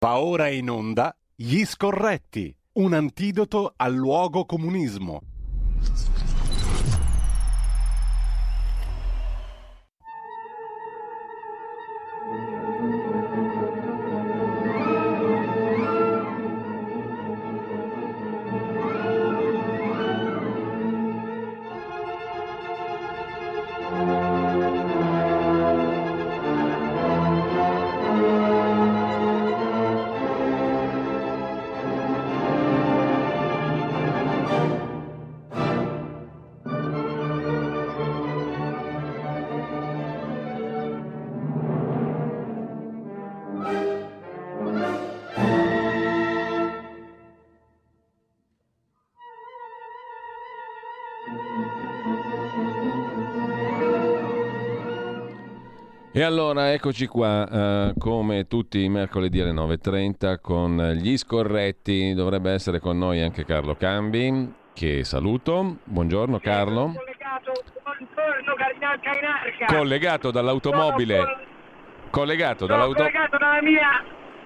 Va ora in onda Gli Scorretti, un antidoto al luogo comunismo. E allora eccoci qua, come tutti i mercoledì alle 9.30 con Gli Scorretti. Dovrebbe essere con noi anche Carlo Cambi, che saluto. Buongiorno Carlo. Buongiorno Cardinal Cainarca. Collegato dall'automobile. Collegato dalla mia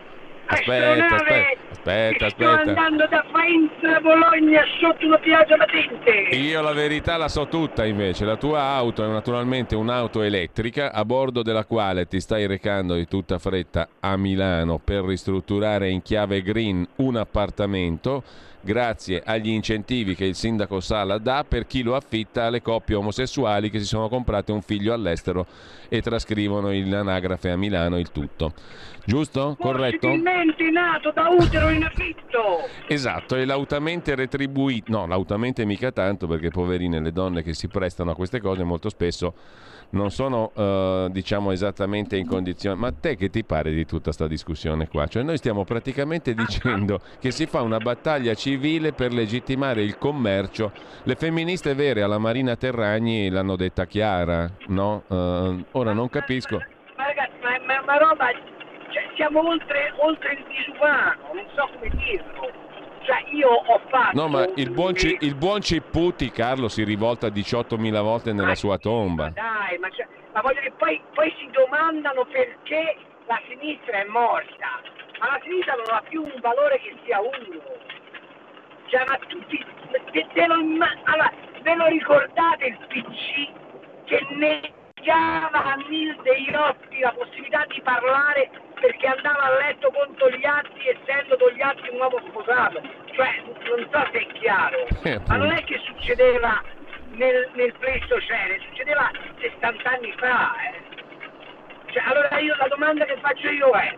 Aspetta. Sto andando da Faenza a Bologna sotto una piazza battente. Io la verità la so tutta invece. La tua auto è naturalmente un'auto elettrica a bordo della quale ti stai recando di tutta fretta a Milano per ristrutturare in chiave green un appartamento grazie agli incentivi che il sindaco Sala dà per chi lo affitta alle coppie omosessuali che si sono comprate un figlio all'estero e trascrivono in anagrafe a Milano il tutto. Giusto? Corretto? Possibilmente nato da utero in affitto. Esatto, e lautamente retribuito. No, lautamente mica tanto, perché poverine le donne che si prestano a queste cose molto spesso non sono diciamo esattamente in condizione. Ma a te che ti pare di tutta sta discussione qua? Cioè noi stiamo praticamente dicendo che si fa una battaglia civile per legittimare il commercio. Le femministe vere alla Marina Terragni l'hanno detta chiara, no? Ora non capisco. Ma ragazzi, ma roba, cioè, siamo oltre il disumano, non so come dirlo. Cioè io ho fatto... No, ma il buon Cipputi, Carlo, si rivolta 18.000 volte nella sua tomba. Ma dai, ma voglio che poi si domandano perché la sinistra è morta. Ma la sinistra non ha più un valore che sia uno. Cioè, ma tutti... Allora, ve lo ricordate il PC che negava a Nilde Iotti la possibilità di parlare perché andava a letto con Togliatti, essendo Togliatti un uomo sposato? Cioè, non so se è chiaro, ma non è che succedeva nel Pleistocene, succedeva 60 anni fa. Cioè, allora la domanda che faccio io è,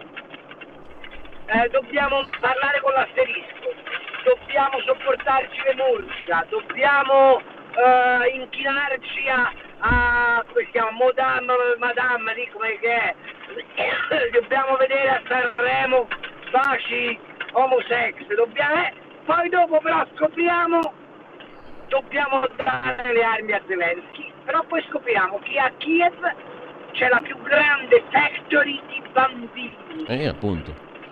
dobbiamo parlare con l'asterisco, dobbiamo sopportarci le murcia, dobbiamo inchinarci a come si chiama, madame, di come che è, dobbiamo vedere a Sanremo baci homosex, poi dopo però scopriamo dobbiamo dare le armi a Zelensky, però poi scopriamo che a Kiev c'è la più grande factory di bambini. Appunto.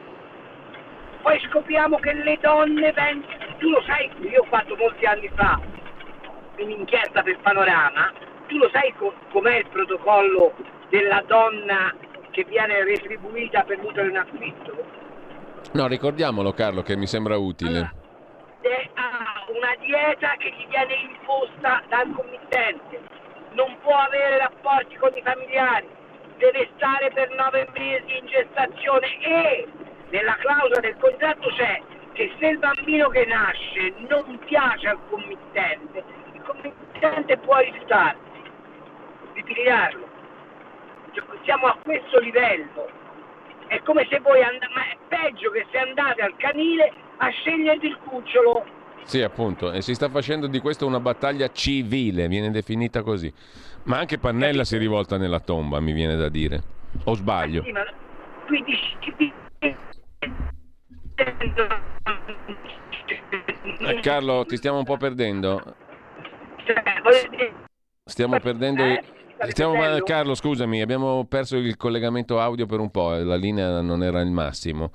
Poi scopriamo che le donne tu lo sai, io ho fatto molti anni fa un'inchiesta per Panorama, tu lo sai com'è il protocollo della donna che viene retribuita per l'utero in affitto? No, ricordiamolo Carlo, che mi sembra utile. Allora, ha una dieta che gli viene imposta dal committente, non può avere rapporti con i familiari, deve stare per 9 mesi in gestazione e nella clausola del contratto c'è che se il bambino che nasce non piace al committente, il committente può rifiutarsi di pigliarlo. Cioè, siamo a questo livello. È come se voi ma è peggio che se andate al canile a scegliervi il cucciolo. Sì, appunto, e si sta facendo di questo una battaglia civile, viene definita così. Ma anche Pannella si rivolta nella tomba, mi viene da dire. O sbaglio? Sì, ma qui Carlo, ti stiamo un po' perdendo. Stiamo perdendo... Carlo, scusami, abbiamo perso il collegamento audio per un po', la linea non era il massimo.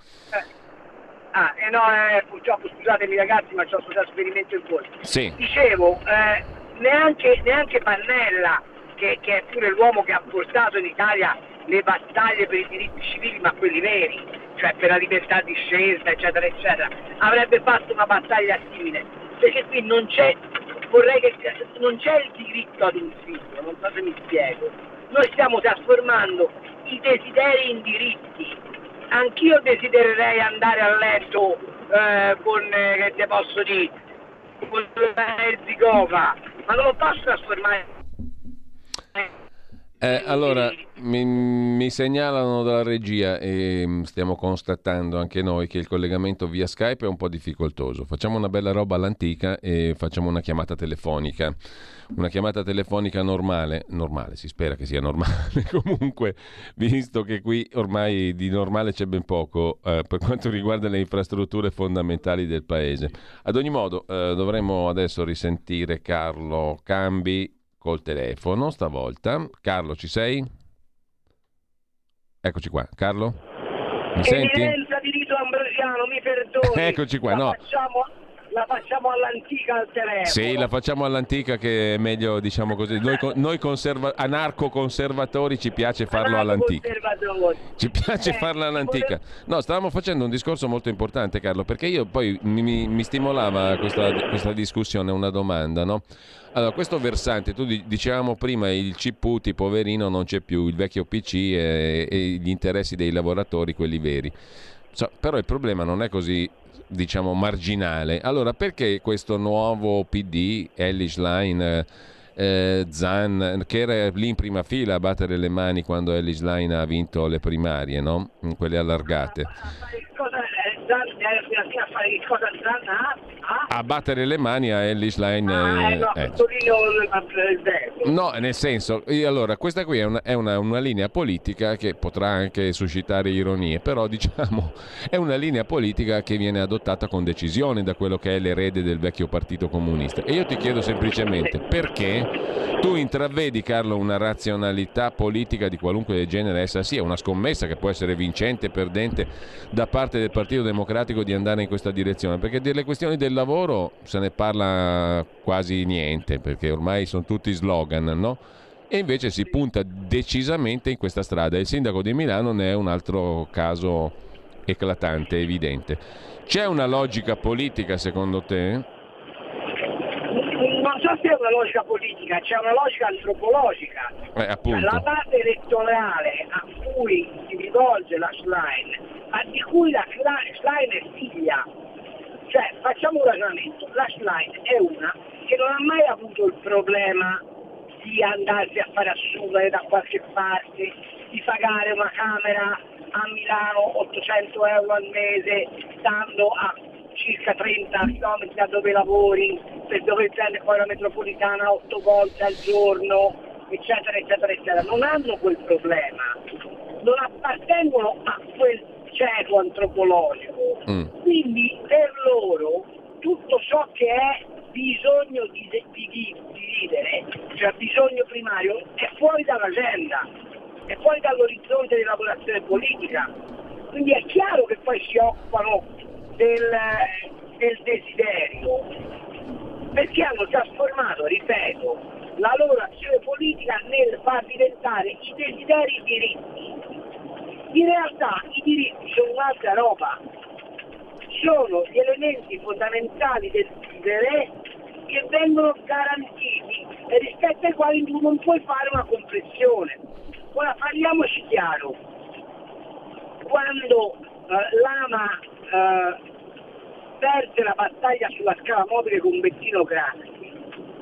Purtroppo scusatemi ragazzi, ma c'ho questo trasferimento in corso. Sì. Dicevo, neanche Pannella, che è pure l'uomo che ha portato in Italia le battaglie per i diritti civili, ma quelli veri, cioè per la libertà di scelta, eccetera, eccetera, avrebbe fatto una battaglia simile, perché qui non c'è, non c'è il diritto ad un figlio, non so se mi spiego. Noi stiamo trasformando i desideri in diritti. Anch'io desidererei andare a letto con, che te posso dire, con la Herzigova, ma non lo posso trasformare. Allora, mi segnalano dalla regia e stiamo constatando anche noi che il collegamento via Skype è un po' difficoltoso. Facciamo una bella roba all'antica e facciamo una chiamata telefonica. Una chiamata telefonica normale, si spera che sia normale comunque, visto che qui ormai di normale c'è ben poco per quanto riguarda le infrastrutture fondamentali del paese. Ad ogni modo, dovremmo adesso risentire Carlo Cambi col telefono stavolta. Carlo, ci sei? Eccoci qua. Carlo? Mi senti? Eminenza di Rito Ambrosiano, mi perdoni. Eccoci qua, no. La facciamo all'antica al telefono. Sì, la facciamo all'antica, che è meglio, diciamo così. Noi anarco-conservatori ci piace farlo all'antica. Ci piace farlo all'antica. No, stavamo facendo un discorso molto importante, Carlo, perché io poi mi stimolava questa discussione una domanda, no? Allora, questo versante, tu dicevamo prima, il Ciputi, poverino, non c'è più, il vecchio PC e gli interessi dei lavoratori, quelli veri. Però il problema non è così, diciamo, marginale. Allora, perché questo nuovo PD, Elly Schlein, Zan, che era lì in prima fila a battere le mani quando Elly Schlein ha vinto le primarie, no? Quelle allargate. A battere le mani a Elly Schlein. No, nel senso, allora, questa qui è una linea politica che potrà anche suscitare ironie, però diciamo è una linea politica che viene adottata con decisione da quello che è l'erede del vecchio Partito Comunista. E io ti chiedo semplicemente perché tu intravedi, Carlo, una razionalità politica di qualunque genere essa sia, una scommessa che può essere vincente, perdente da parte del Partito Democratico di andare in questa direzione, perché delle questioni del lavoro se ne parla quasi niente, perché ormai sono tutti slogan, no? E invece si punta decisamente in questa strada. Il sindaco di Milano ne è un altro caso eclatante, evidente. C'è una logica politica secondo te? Non so se è una logica politica, c'è una logica antropologica. Appunto. La base elettorale a cui si rivolge la Schlein, ma di cui la Schlein è figlia. Cioè, facciamo un ragionamento, la Schlein è una che non ha mai avuto il problema di andarsi a fare assumere da qualche parte, di pagare una camera a Milano 800 euro al mese, stando a circa 30 km da dove lavori, per dover prendere poi la metropolitana 8 volte al giorno, eccetera, eccetera, eccetera. Non hanno quel problema, non appartengono a quel ceto antropologico. Quindi per loro tutto ciò che è bisogno di vivere, cioè bisogno primario, è fuori dall'agenda, è fuori dall'orizzonte di lavorazione politica. Quindi è chiaro che poi si occupano del desiderio, perché hanno trasformato, ripeto, la loro azione politica nel far diventare i desideri diritti. In realtà i diritti sono un'altra roba, sono gli elementi fondamentali del vivere che vengono garantiti e rispetto ai quali tu non puoi fare una compressione. Ora parliamoci chiaro, quando l'AMA perse la battaglia sulla scala mobile con Bettino Craxi,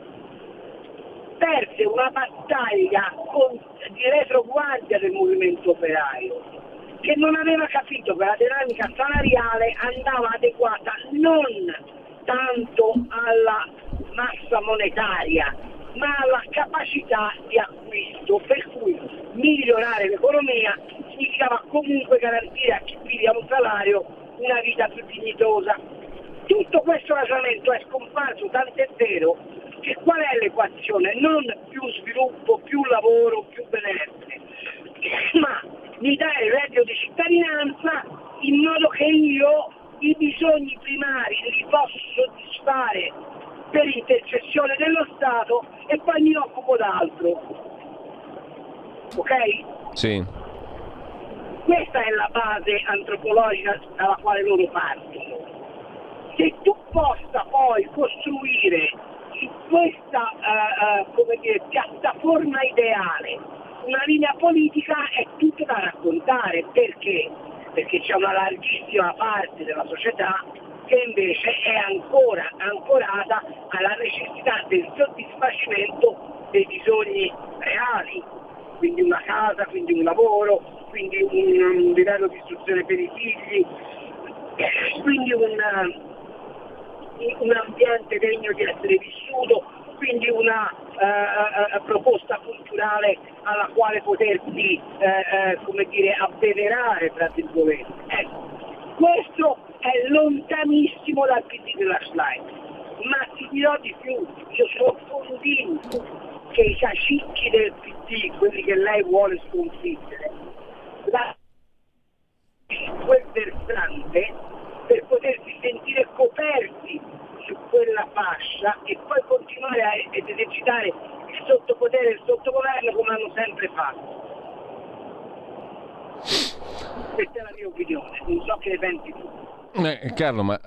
perse una battaglia di retroguardia del movimento operaio, che non aveva capito che la dinamica salariale andava adeguata non tanto alla massa monetaria, ma alla capacità di acquisto, per cui migliorare l'economia significava comunque garantire a chi piglia un salario una vita più dignitosa. Tutto questo ragionamento è scomparso, tant'è vero che qual è l'equazione? Non più sviluppo, più lavoro, più benessere, ma mi dai il reddito di cittadinanza in modo che io i bisogni primari li posso soddisfare per intercessione dello Stato e poi mi occupo d'altro. Ok? Sì. Questa è la base antropologica dalla quale loro partono. Se tu possa poi costruire su questa piattaforma ideale una linea politica, è tutto da raccontare. Perché? Perché c'è una larghissima parte della società che invece è ancora ancorata alla necessità del soddisfacimento dei bisogni reali, quindi una casa, quindi un lavoro, quindi un livello di istruzione per i figli, quindi un ambiente degno di essere vissuto, quindi una proposta culturale alla quale potersi abbeverare, tra virgolette. Questo è lontanissimo dal PD della Schlein, ma ti dirò di più, io sono convinto che i cacicchi del PD, quelli che lei vuole sconfiggere, quel versante per potersi sentire coperti su quella fascia e poi continuare ad esercitare il sottopotere e il sottogoverno come hanno sempre fatto. Questa è la mia opinione, non so che ne pensi tu. Carlo, ma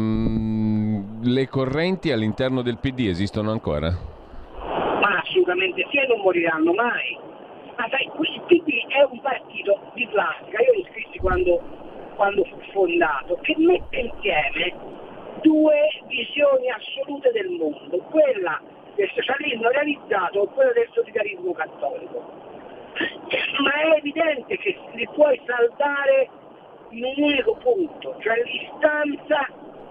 le correnti all'interno del PD esistono ancora? Ma assolutamente sì, e non moriranno mai. Ma sai, il PD è un partito di plastica, io lo scrissi quando fu fondato, che mette insieme due visioni assolute del mondo, quella del socialismo realizzato e quella del solidarismo cattolico. Ma è evidente che li puoi saldare in un unico punto, cioè l'istanza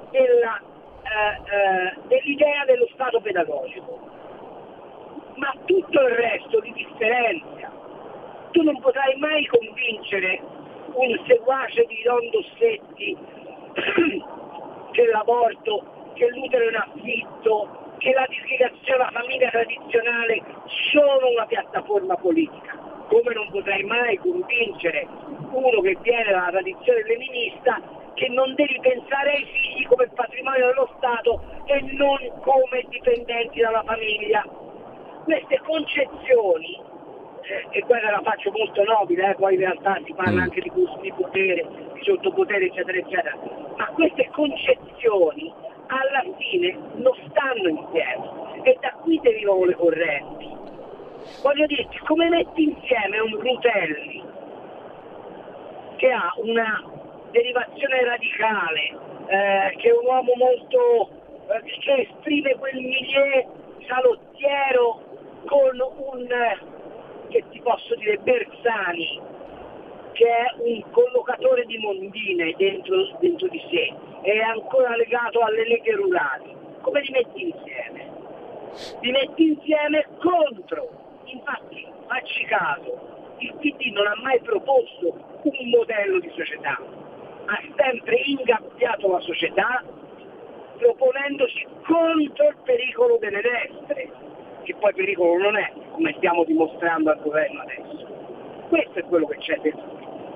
dell'idea dello Stato pedagogico. Ma tutto il resto li differenzia. Tu non potrai mai convincere un seguace di Don Dossetti che l'aborto, che l'utero in affitto, che la disgregazione della famiglia tradizionale sono una piattaforma politica. Come non potrai mai convincere uno che viene dalla tradizione leninista che non devi pensare ai figli come patrimonio dello Stato e non come dipendenti dalla famiglia. Queste concezioni, e quella la faccio molto nobile, poi in realtà si parla anche di potere, di sottopotere, eccetera, eccetera, ma queste concezioni alla fine non stanno insieme e da qui derivano le correnti. Voglio dirti, come metti insieme un Rutelli che ha una derivazione radicale, che è un uomo molto che esprime quel milieu salottiero con un che ti posso dire Bersani, che è un collocatore di mondine dentro di sé e è ancora legato alle leghe rurali. Come li metti insieme? Li metti insieme contro. Infatti, facci caso, il PD non ha mai proposto un modello di società, ha sempre ingabbiato la società proponendosi contro il pericolo delle destre, che poi pericolo non è, come stiamo dimostrando al governo adesso. Questo è quello che c'è dentro.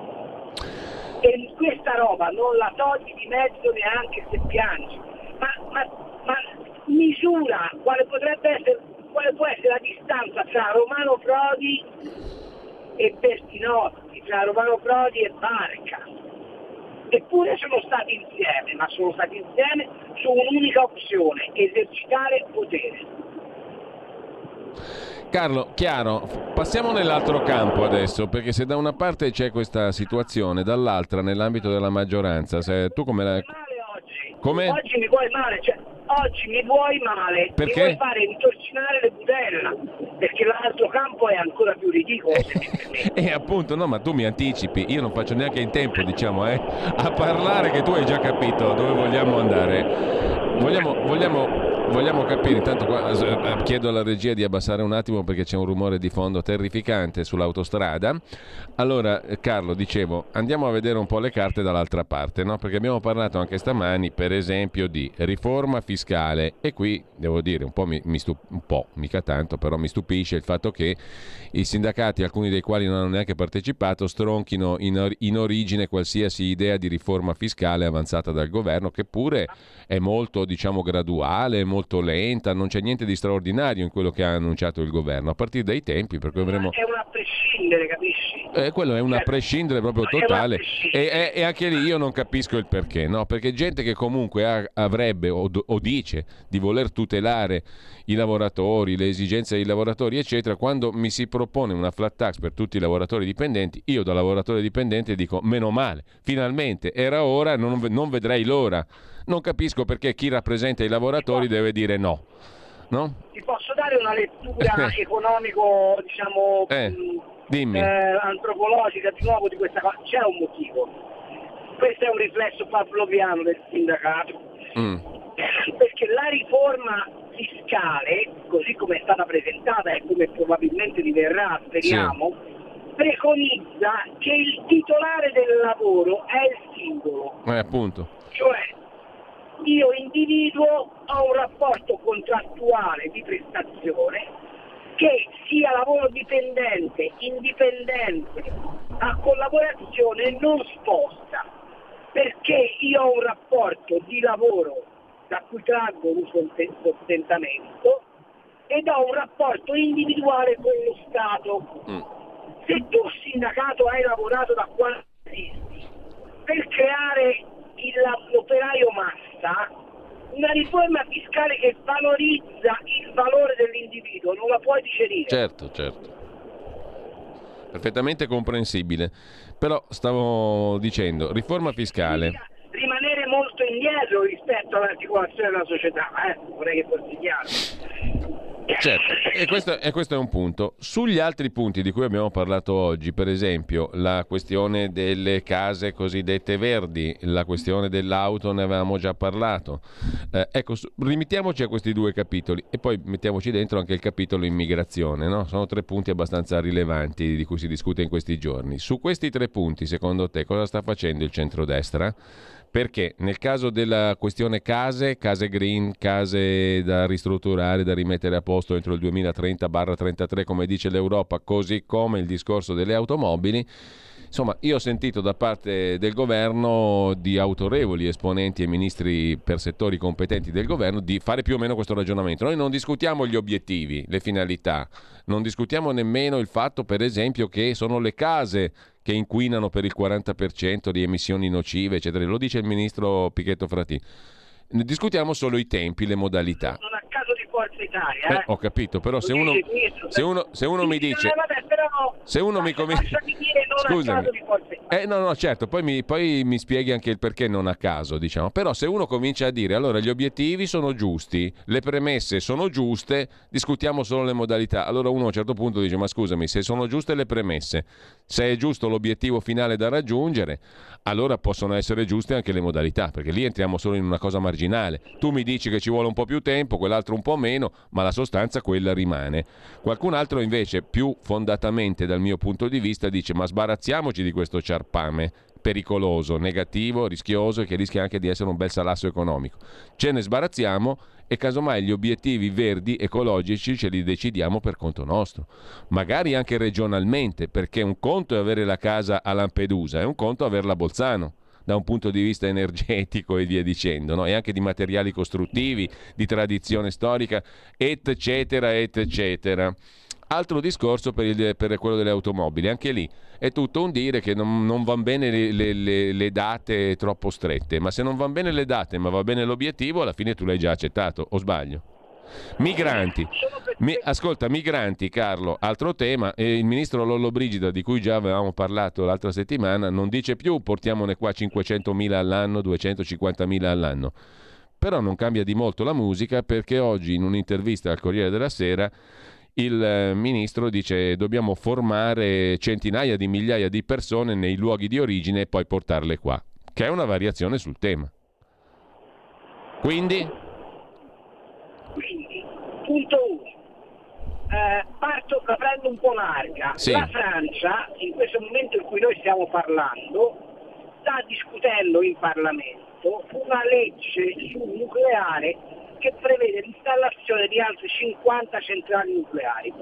E questa roba non la togli di mezzo neanche se piangi, ma misura quale può essere la distanza tra Romano Prodi e Bertinotti, tra Romano Prodi e Barca. Eppure sono stati insieme, ma sono stati insieme su un'unica opzione: esercitare potere. Carlo, chiaro, passiamo nell'altro campo adesso, perché se da una parte c'è questa situazione, dall'altra nell'ambito della maggioranza, tu come la... Oggi. Come? Oggi mi vuoi male, oggi mi vuoi male, perché? Mi vuoi fare intorcinare le budella, perché l'altro campo è ancora più ridicolo. Appunto, no, ma tu mi anticipi, io non faccio neanche in tempo, diciamo, a parlare che tu hai già capito dove vogliamo andare. Vogliamo capire, intanto qua, chiedo alla regia di abbassare un attimo perché c'è un rumore di fondo terrificante sull'autostrada. Allora, Carlo, dicevo, andiamo a vedere un po' le carte dall'altra parte, no? Perché abbiamo parlato anche stamani, per esempio, di riforma fiscale e qui, devo dire, un po', mica tanto, però mi stupisce il fatto che i sindacati, alcuni dei quali non hanno neanche partecipato, stronchino in origine qualsiasi idea di riforma fiscale avanzata dal governo, che pure è molto, diciamo, graduale, molto molto lenta, non c'è niente di straordinario in quello che ha annunciato il governo, a partire dai tempi, perché avremo... È una prescindere, capisci? quello è una prescindere proprio totale e anche lì io non capisco il perché, no? Perché gente che comunque avrebbe o dice di voler tutelare i lavoratori, le esigenze dei lavoratori eccetera, quando mi si propone una flat tax per tutti i lavoratori dipendenti, io da lavoratore dipendente dico meno male, finalmente era ora, non vedrei l'ora. Non capisco perché chi rappresenta i lavoratori deve dire no. Ti posso dare una lettura economico, diciamo, dimmi. antropologica di nuovo di questa cosa? C'è un motivo. Questo è un riflesso pavloviano del sindacato. Perché la riforma fiscale, così come è stata presentata e come probabilmente diverrà, speriamo, preconizza che il titolare del lavoro è il singolo. Appunto. Cioè, io individuo, ho un rapporto contrattuale di prestazione che sia lavoro dipendente, indipendente, a collaborazione non sposta, perché io ho un rapporto di lavoro da cui traggo un sostentamento ed ho un rapporto individuale con lo Stato. Se tu sindacato hai lavorato da quando esisti per creare l'operaio massa, una riforma fiscale che valorizza il valore dell'individuo non la puoi digerire. Certo. Perfettamente comprensibile. Però stavo dicendo, riforma fiscale. Rimanere molto indietro rispetto all'articolazione della società, vorrei che fosse chiaro. Certo, e questo è un punto. Sugli altri punti di cui abbiamo parlato oggi, per esempio la questione delle case cosiddette verdi, la questione dell'auto, ne avevamo già parlato. Ecco, limitiamoci a questi due capitoli e poi mettiamoci dentro anche il capitolo immigrazione, no? Sono 3 punti abbastanza rilevanti di cui si discute in questi giorni. Su questi 3 punti, secondo te, cosa sta facendo il centrodestra? Perché nel caso della questione case green, case da ristrutturare, da rimettere a posto entro il 2030/33, come dice l'Europa, così come il discorso delle automobili, insomma, io ho sentito da parte del governo, di autorevoli esponenti e ministri per settori competenti del governo, di fare più o meno questo ragionamento. Noi non discutiamo gli obiettivi, le finalità, non discutiamo nemmeno il fatto, per esempio, che sono le case che inquinano per il 40% di emissioni nocive, eccetera. Lo dice il ministro Pichetto Fratin. Discutiamo solo i tempi, le modalità. Non a caso di Forza Italia, Ho capito, però se uno mi dice, se uno mi comincia, scusami, no, certo, poi mi spieghi anche il perché non a caso, diciamo. Però se uno comincia a dire allora gli obiettivi sono giusti, le premesse sono giuste, discutiamo solo le modalità. Allora uno a un certo punto dice: ma scusami, se sono giuste le premesse, se è giusto l'obiettivo finale da raggiungere, allora possono essere giuste anche le modalità, perché lì entriamo solo in una cosa marginale. Tu mi dici che ci vuole un po' più tempo, quell'altro un po' meno, ma la sostanza quella rimane. Qualcun altro invece, più fondatamente dal mio punto di vista, dice: ma sbarazziamoci di questo ciarpame pericoloso, negativo, rischioso e che rischia anche di essere un bel salasso economico. Ce ne sbarazziamo e casomai gli obiettivi verdi ecologici ce li decidiamo per conto nostro, magari anche regionalmente, perché un conto è avere la casa a Lampedusa e un conto è averla a Bolzano, da un punto di vista energetico e via dicendo, no? E anche di materiali costruttivi, di tradizione storica, eccetera. Altro discorso per quello delle automobili, anche lì è tutto un dire che non vanno bene le date troppo strette, ma se non vanno bene le date ma va bene l'obiettivo, alla fine tu l'hai già accettato, o sbaglio? Migranti, migranti, Carlo, altro tema. Il ministro Lollobrigida, di cui già avevamo parlato l'altra settimana, non dice più portiamone qua 500.000 all'anno, 250.000 all'anno. Però non cambia di molto la musica, perché oggi in un'intervista al Corriere della Sera il ministro dice: dobbiamo formare centinaia di migliaia di persone nei luoghi di origine e poi portarle qua, che è una variazione sul tema. Quindi, punto 1, parto, la prendo un po' larga. Sì. La Francia, in questo momento in cui noi stiamo parlando, sta discutendo in Parlamento una legge sul nucleare che prevede l'installazione di altre 50 centrali nucleari.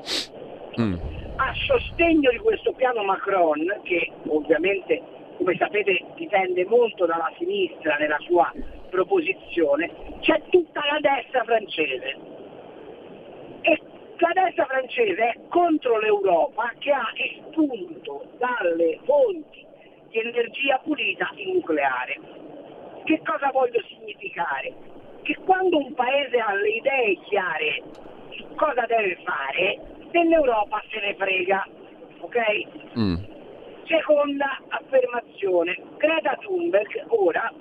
A sostegno di questo piano Macron, che ovviamente, come sapete, dipende molto dalla sinistra nella sua proposizione c'è tutta la destra francese. E la destra francese è contro l'Europa che ha espunto dalle fonti di energia pulita il nucleare. Che cosa voglio significare? Che quando un paese ha le idee chiare su cosa deve fare, dell'Europa se ne frega, ok? Seconda affermazione, Greta Thunberg ora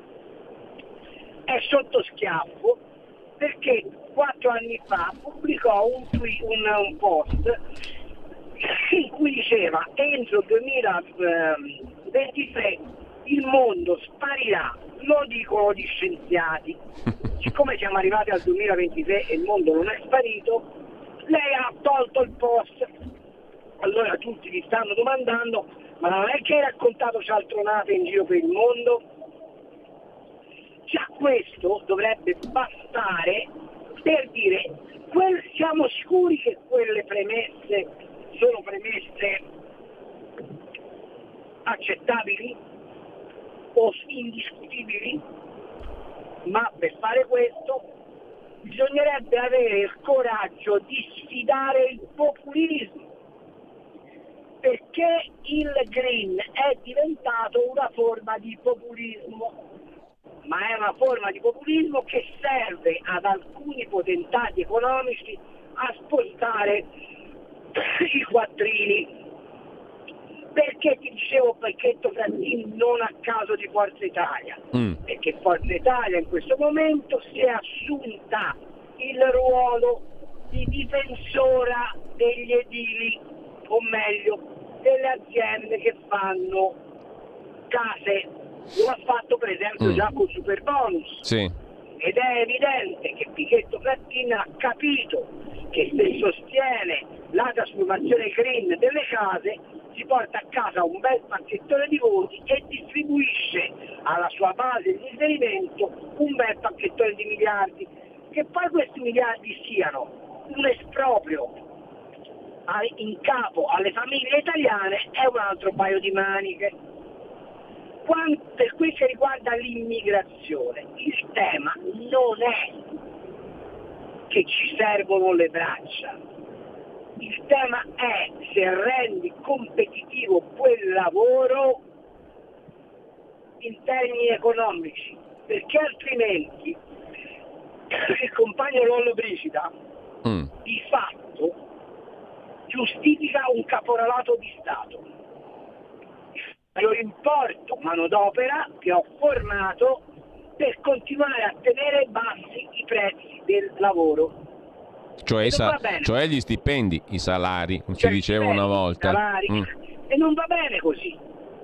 è sotto schiaffo perché 4 anni fa pubblicò un post in cui diceva entro il 2023 il mondo sparirà, lo dicono gli scienziati. Siccome siamo arrivati al 2023 e il mondo non è sparito, lei ha tolto il post. Allora tutti vi stanno domandando, ma non è che hai raccontato cialtronate in giro per il mondo? Già questo dovrebbe bastare per dire siamo sicuri che quelle premesse sono premesse accettabili o indiscutibili? Ma per fare questo bisognerebbe avere il coraggio di sfidare il populismo, perché il green è diventato una forma di populismo, ma è una forma di populismo che serve ad alcuni potentati economici a spostare i quattrini. Perché ti dicevo Pacchetto Frattini non a caso di Forza Italia? Perché Forza Italia in questo momento si è assunta il ruolo di difensora degli edili, o meglio delle aziende che fanno case. Lo ha fatto per esempio già con Superbonus. Sì. Ed è evidente che Pichetto Frattini ha capito che se sostiene la trasformazione green delle case si porta a casa un bel pacchettone di voti e distribuisce alla sua base di riferimento un bel pacchettone di miliardi. Che poi questi miliardi siano un esproprio in capo alle famiglie italiane è un altro paio di maniche. Per quel che riguarda l'immigrazione, il tema non è che ci servono le braccia, il tema è se rendi competitivo quel lavoro in termini economici, perché altrimenti il compagno Lollo Brigida di fatto giustifica un caporalato di Stato. Io importo manodopera che ho formato per continuare a tenere bassi i prezzi del lavoro. Cioè gli stipendi, i salari, ci diceva una volta. E non va bene così.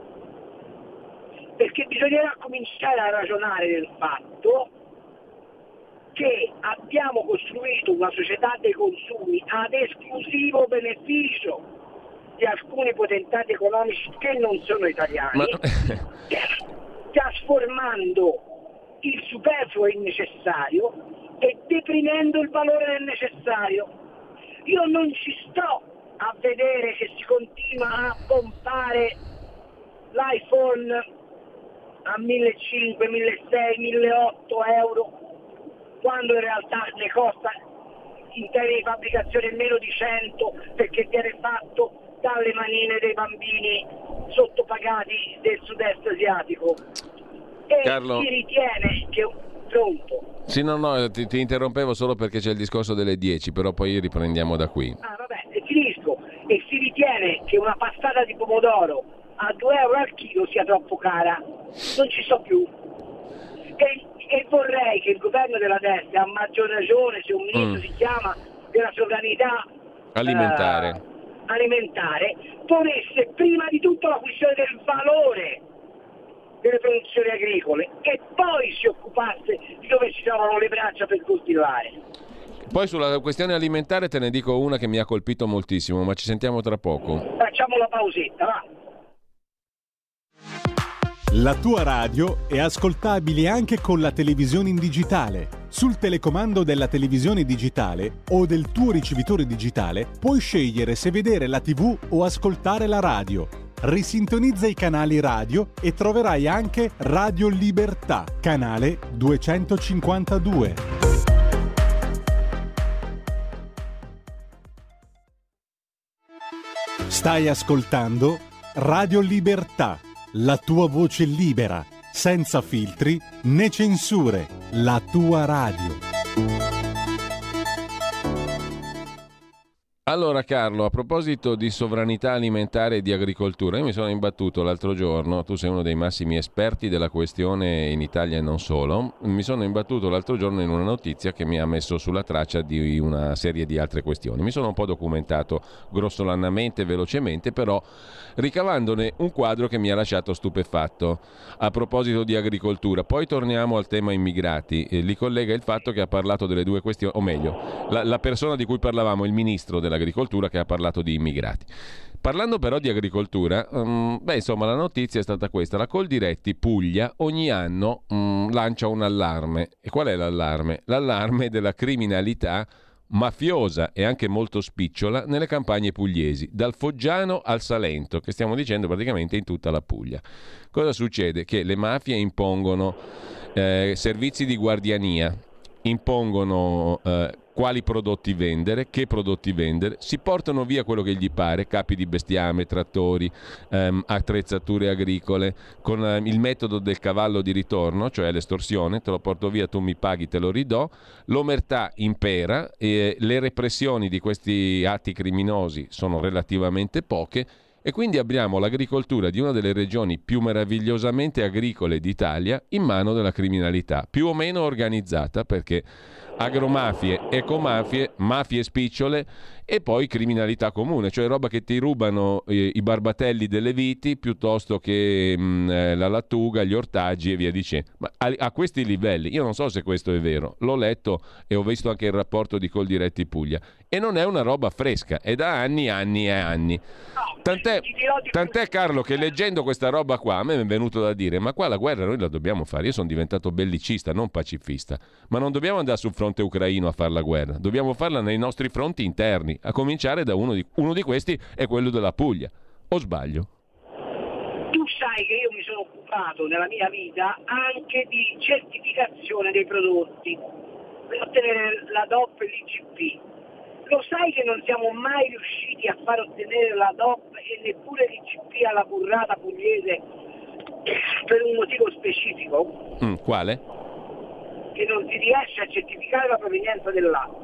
Perché bisognerà cominciare a ragionare del fatto che abbiamo costruito una società dei consumi ad esclusivo beneficio di alcuni potentati economici che non sono italiani, trasformando il superfluo in necessario e deprimendo il valore del necessario. Io non ci sto a vedere che si continua a pompare l'iPhone a 1.500, 1.600, 1.800 euro quando in realtà ne costa in termini di fabbricazione meno di 100 perché viene fatto dalle manine dei bambini sottopagati del sud-est asiatico. E Carlo, si ritiene che... Pronto? Sì, no, ti interrompevo solo perché c'è il discorso delle 10, però poi riprendiamo da qui. Vabbè, finisco. E si ritiene che una passata di pomodoro a 2 euro al chilo sia troppo cara. Non ci so più. E vorrei che il governo della destra, a maggior ragione se un ministro si chiama della sovranità alimentare, ponesse prima di tutto la questione del valore delle produzioni agricole e poi si occupasse di dove ci trovano le braccia per coltivare. Poi sulla questione alimentare te ne dico una che mi ha colpito moltissimo, ma ci sentiamo tra poco. Facciamo la pausetta, va. La tua radio è ascoltabile anche con la televisione in digitale. Sul telecomando della televisione digitale o del tuo ricevitore digitale puoi scegliere se vedere la TV o ascoltare la radio. Risintonizza i canali radio e troverai anche Radio Libertà, canale 252. Stai ascoltando Radio Libertà, la tua voce libera, senza filtri né censure, la tua radio. Allora Carlo, a proposito di sovranità alimentare e di agricoltura, io mi sono imbattuto l'altro giorno, tu sei uno dei massimi esperti della questione in Italia e non solo, mi sono imbattuto l'altro giorno in una notizia che mi ha messo sulla traccia di una serie di altre questioni. Mi sono un po' documentato grossolanamente, velocemente, però ricavandone un quadro che mi ha lasciato stupefatto a proposito di agricoltura. Poi torniamo al tema immigrati, li collega il fatto che ha parlato delle due questioni, o meglio, la persona di cui parlavamo, il ministro dell'agricoltura, che ha parlato di immigrati. Parlando però di agricoltura, insomma la notizia è stata questa: la Coldiretti Puglia ogni anno lancia un allarme. E qual è l'allarme? L'allarme della criminalità mafiosa e anche molto spicciola nelle campagne pugliesi, dal Foggiano al Salento, che stiamo dicendo praticamente in tutta la Puglia. Cosa succede? Che le mafie impongono servizi di guardiania, impongono quali prodotti vendere, che prodotti vendere, si portano via quello che gli pare, capi di bestiame, trattori, attrezzature agricole, con il metodo del cavallo di ritorno, cioè l'estorsione: te lo porto via, tu mi paghi, te lo ridò. L'omertà impera e le repressioni di questi atti criminosi sono relativamente poche, e quindi abbiamo l'agricoltura di una delle regioni più meravigliosamente agricole d'Italia in mano della criminalità, più o meno organizzata, perché agromafie, ecomafie, mafie spicciole e poi criminalità comune, cioè roba che ti rubano i barbatelli delle viti piuttosto che la lattuga, gli ortaggi e via dicendo. Ma a questi livelli, io non so se questo è vero, l'ho letto e ho visto anche il rapporto di Coldiretti Puglia, e non è una roba fresca, è da anni e anni. Tant'è Carlo che leggendo questa roba qua a me è venuto da dire: ma qua la guerra noi la dobbiamo fare. Io sono diventato bellicista, non pacifista, ma non dobbiamo andare sul fronte ucraino a fare la guerra, dobbiamo farla nei nostri fronti interni, a cominciare da uno di questi è quello della Puglia. O sbaglio? Tu sai che io mi sono occupato nella mia vita anche di certificazione dei prodotti per ottenere la DOP e l'IGP. Lo sai che non siamo mai riusciti a far ottenere la DOP e neppure l'IGP alla burrata pugliese per un motivo specifico? Quale? Che non si riesce a certificare la provenienza del latte.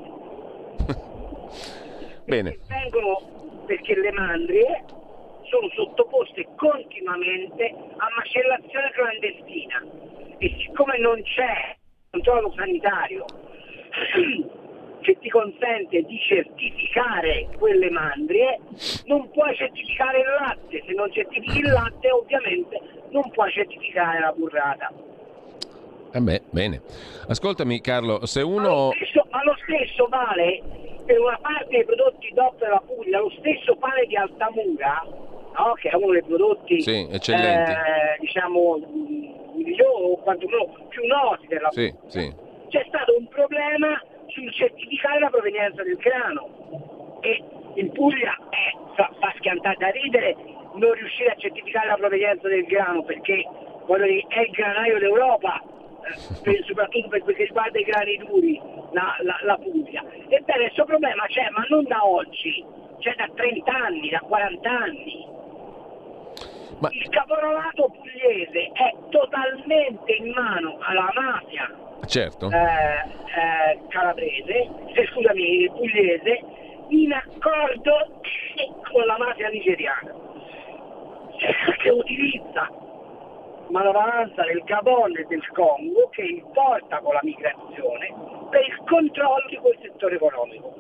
Bene. Perché le mandrie sono sottoposte continuamente a macellazione clandestina, e siccome non c'è controllo sanitario che ti consente di certificare quelle mandrie, non puoi certificare il latte. Se non certifichi il latte, ovviamente non puoi certificare la burrata. Bene. Ascoltami Carlo, se uno... Ma lo stesso vale per una parte dei prodotti DOP della Puglia, lo stesso pane di Altamura, no? Che è uno dei prodotti eccellenti, diciamo migliori o quantomeno più noti della Puglia. Sì. C'è stato un problema sul certificare la provenienza del grano, e in Puglia fa schiantare da ridere non riuscire a certificare la provenienza del grano, perché è il granaio d'Europa, soprattutto per quel che riguarda i grani duri, la Puglia. Ebbene, questo problema c'è, ma non da oggi, c'è da 30 anni, da 40 anni. Ma... il caporalato pugliese è totalmente in mano alla mafia, certo, calabrese, pugliese, in accordo con la mafia nigeriana, che utilizza manovalanza del Gabon e del Congo, che importa con la migrazione per il controllo di quel settore economico.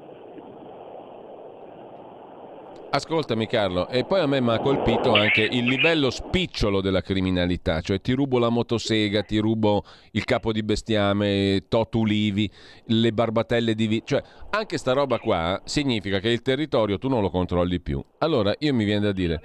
Ascoltami Carlo, e poi a me mi ha colpito anche il livello spicciolo della criminalità, cioè ti rubo la motosega, ti rubo il capo di bestiame, ulivi, le barbatelle di vite, cioè anche sta roba qua significa che il territorio tu non lo controlli più. Allora io mi viene da dire,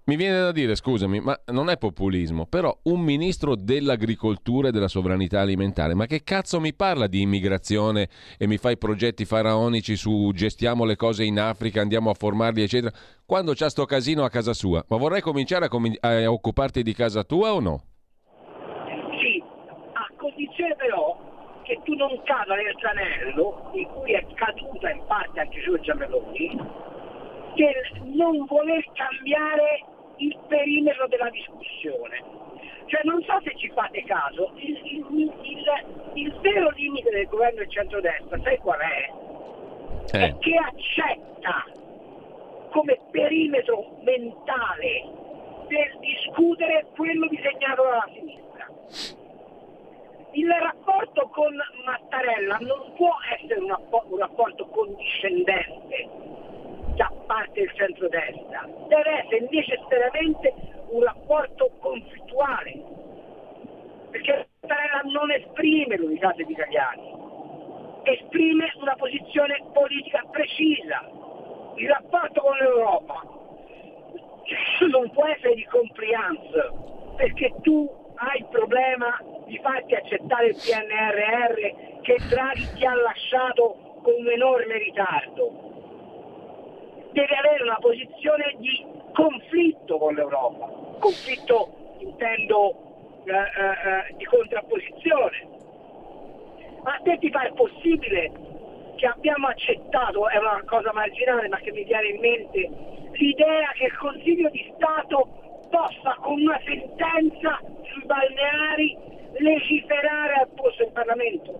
Mi viene da dire, scusami, ma non è populismo, però un ministro dell'agricoltura e della sovranità alimentare, ma che cazzo mi parla di immigrazione e mi fai progetti faraonici su gestiamo le cose in Africa, andiamo a formarli, eccetera, quando c'ha sto casino a casa sua? Ma vorrei cominciare a occuparti di casa tua o no? Sì, a condizione però che tu non cada nel tranello in cui è caduta in parte anche Giorgia Meloni, del non voler cambiare il perimetro della discussione. Cioè non so se ci fate caso, il vero limite del governo del centrodestra, sai qual è? È che accetta come perimetro mentale per discutere quello disegnato dalla sinistra. Il rapporto con Mattarella non può essere un rapporto condiscendente da parte del centrodestra, deve essere necessariamente un rapporto conflittuale, perché Mattarella non esprime l'unità degli italiani, esprime una posizione politica precisa. Il rapporto con l'Europa non può essere di compliance, perché tu hai il problema di farti accettare il PNRR che Draghi ti ha lasciato con un enorme ritardo. Deve avere una posizione di conflitto con l'Europa, conflitto intendo di contrapposizione. Ma a te ti pare possibile che abbiamo accettato, è una cosa marginale ma che mi viene in mente, l'idea che il Consiglio di Stato possa con una sentenza sui balneari legiferare al posto del Parlamento?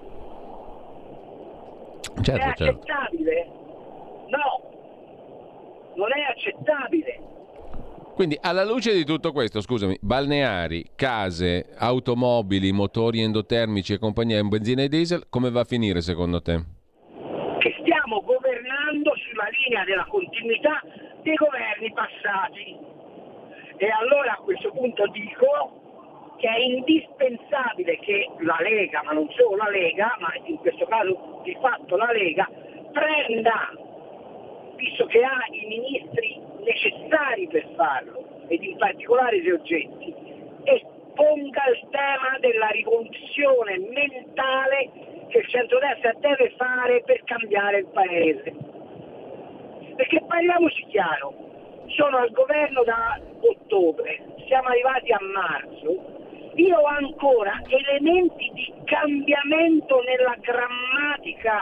Certo, è accettabile? No, non è accettabile. Quindi alla luce di tutto questo, scusami, balneari, case, automobili, motori endotermici e compagnia in benzina e diesel, come va a finire secondo te? Che stiamo governando sulla linea della continuità dei governi passati. E allora a questo punto dico che è indispensabile che la Lega, ma non solo la Lega, ma in questo caso di fatto la Lega, prenda, visto che ha i ministri necessari per farlo, ed in particolare Giorgetti, e ponga il tema della rivoluzione mentale che il centrodestra deve fare per cambiare il paese. Perché parliamoci chiaro, sono al governo da ottobre, siamo arrivati a marzo, io ho ancora elementi di cambiamento nella grammatica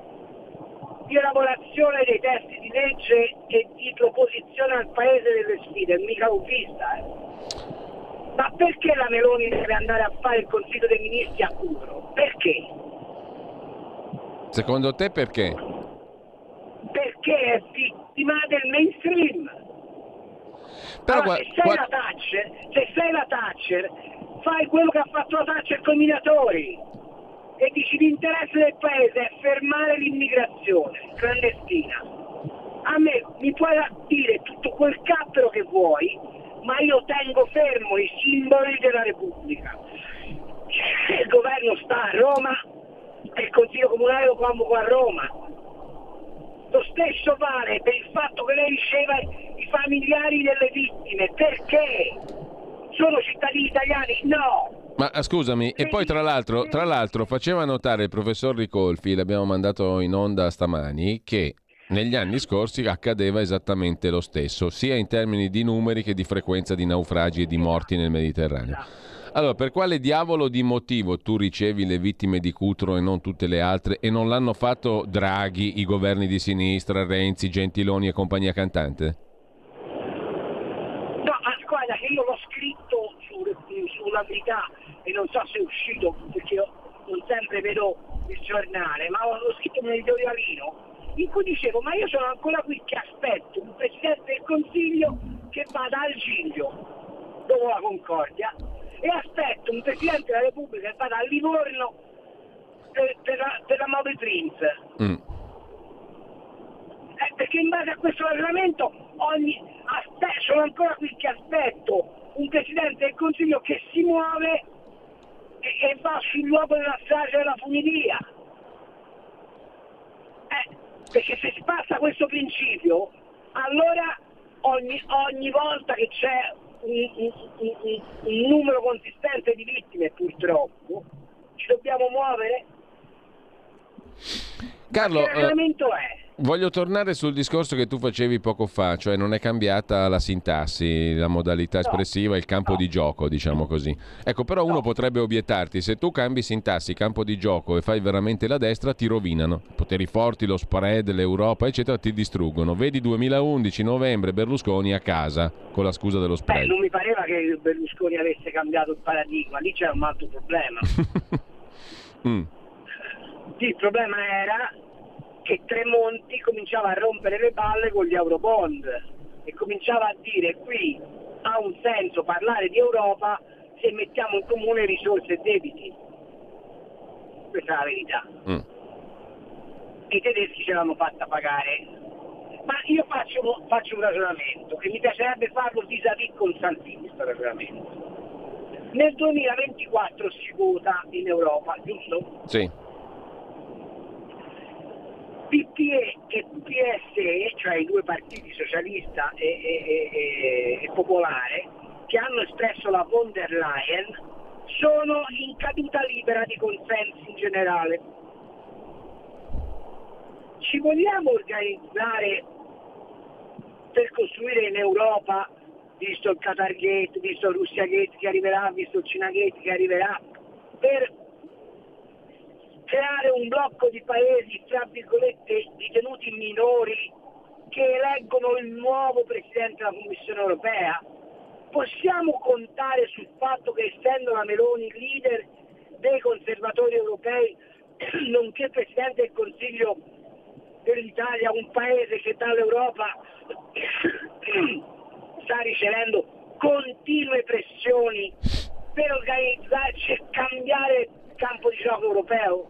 di elaborazione dei testi di legge e di proposizione al Paese delle sfide, mica l'ho vista. Ma perché la Meloni deve andare a fare il Consiglio dei Ministri a Cutro? Perché? Secondo te perché? Perché è vittima del mainstream. Però allora, se sei la Thatcher, fai quello che ha fatto la Thatcher con i minatori e dici l'interesse del paese è fermare l'immigrazione clandestina. A me mi puoi dire tutto quel cappero che vuoi, ma io tengo fermo i simboli della Repubblica. Il governo sta a Roma e il Consiglio Comunale lo convoco a Roma. Lo stesso vale per il fatto che lei riceva i familiari delle vittime. Perché? Sono cittadini italiani? No! Ma scusami, e poi tra l'altro faceva notare il professor Ricolfi, l'abbiamo mandato in onda stamani, che negli anni scorsi accadeva esattamente lo stesso, sia in termini di numeri che di frequenza di naufragi e di morti nel Mediterraneo. Allora, per quale diavolo di motivo tu ricevi le vittime di Cutro e non tutte le altre, e non l'hanno fatto Draghi, i governi di sinistra, Renzi, Gentiloni e compagnia cantante? No, guarda che io l'ho scritto sulla verità e non so se è uscito perché io non sempre vedo il giornale, ma l'ho scritto nell'editorialino in cui dicevo ma io sono ancora qui che aspetto un Presidente del Consiglio che vada al Giglio dopo la Concordia e aspetto un Presidente della Repubblica che vada a Livorno per la Moby Prince. Perché in base a questo regolamento sono ancora qui che aspetto un Presidente del Consiglio che si muove e va sul luogo della strage della funivia. Perché se si passa questo principio, allora ogni volta che c'è un numero consistente di vittime, purtroppo, ci dobbiamo muovere. Carlo, che ragionamento è? voglio tornare sul discorso che tu facevi poco fa, cioè non è cambiata la sintassi, la modalità espressiva, il campo di gioco, diciamo così. Ecco, però uno potrebbe obiettarti, se tu cambi sintassi, campo di gioco e fai veramente la destra, ti rovinano. I poteri forti, lo spread, l'Europa, eccetera, ti distruggono. Vedi 2011, novembre, Berlusconi a casa, con la scusa dello spread. Non mi pareva che Berlusconi avesse cambiato il paradigma, lì c'era un altro problema. Il problema era che Tremonti cominciava a rompere le balle con gli Eurobond e cominciava a dire: qui ha un senso parlare di Europa se mettiamo in comune risorse e debiti. Questa è la verità. E i tedeschi ce l'hanno fatta pagare. Ma io faccio un ragionamento e mi piacerebbe farlo vis-à-vis con Salvini, questo ragionamento. Nel 2024 si vota in Europa, giusto? Sì. PPE e PSE, cioè i due partiti socialista e popolare, che hanno espresso la von der Leyen, sono in caduta libera di consensi in generale. Ci vogliamo organizzare per costruire in Europa, visto il Qatar Gate, visto il Russia Gate che arriverà, visto il Cina Gate che arriverà, per creare un blocco di paesi, tra virgolette, ritenuti minori, che eleggono il nuovo Presidente della Commissione Europea? Possiamo contare sul fatto che, essendo la Meloni leader dei conservatori europei, nonché Presidente del Consiglio dell'Italia, un paese che dall'Europa sta ricevendo continue pressioni per organizzarci e cambiare il campo di gioco europeo?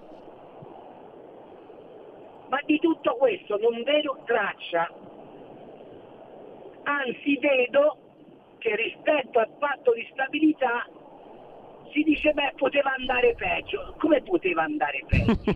Ma di tutto questo non vedo traccia, anzi vedo che rispetto al patto di stabilità si dice: beh, poteva andare peggio. Come poteva andare peggio?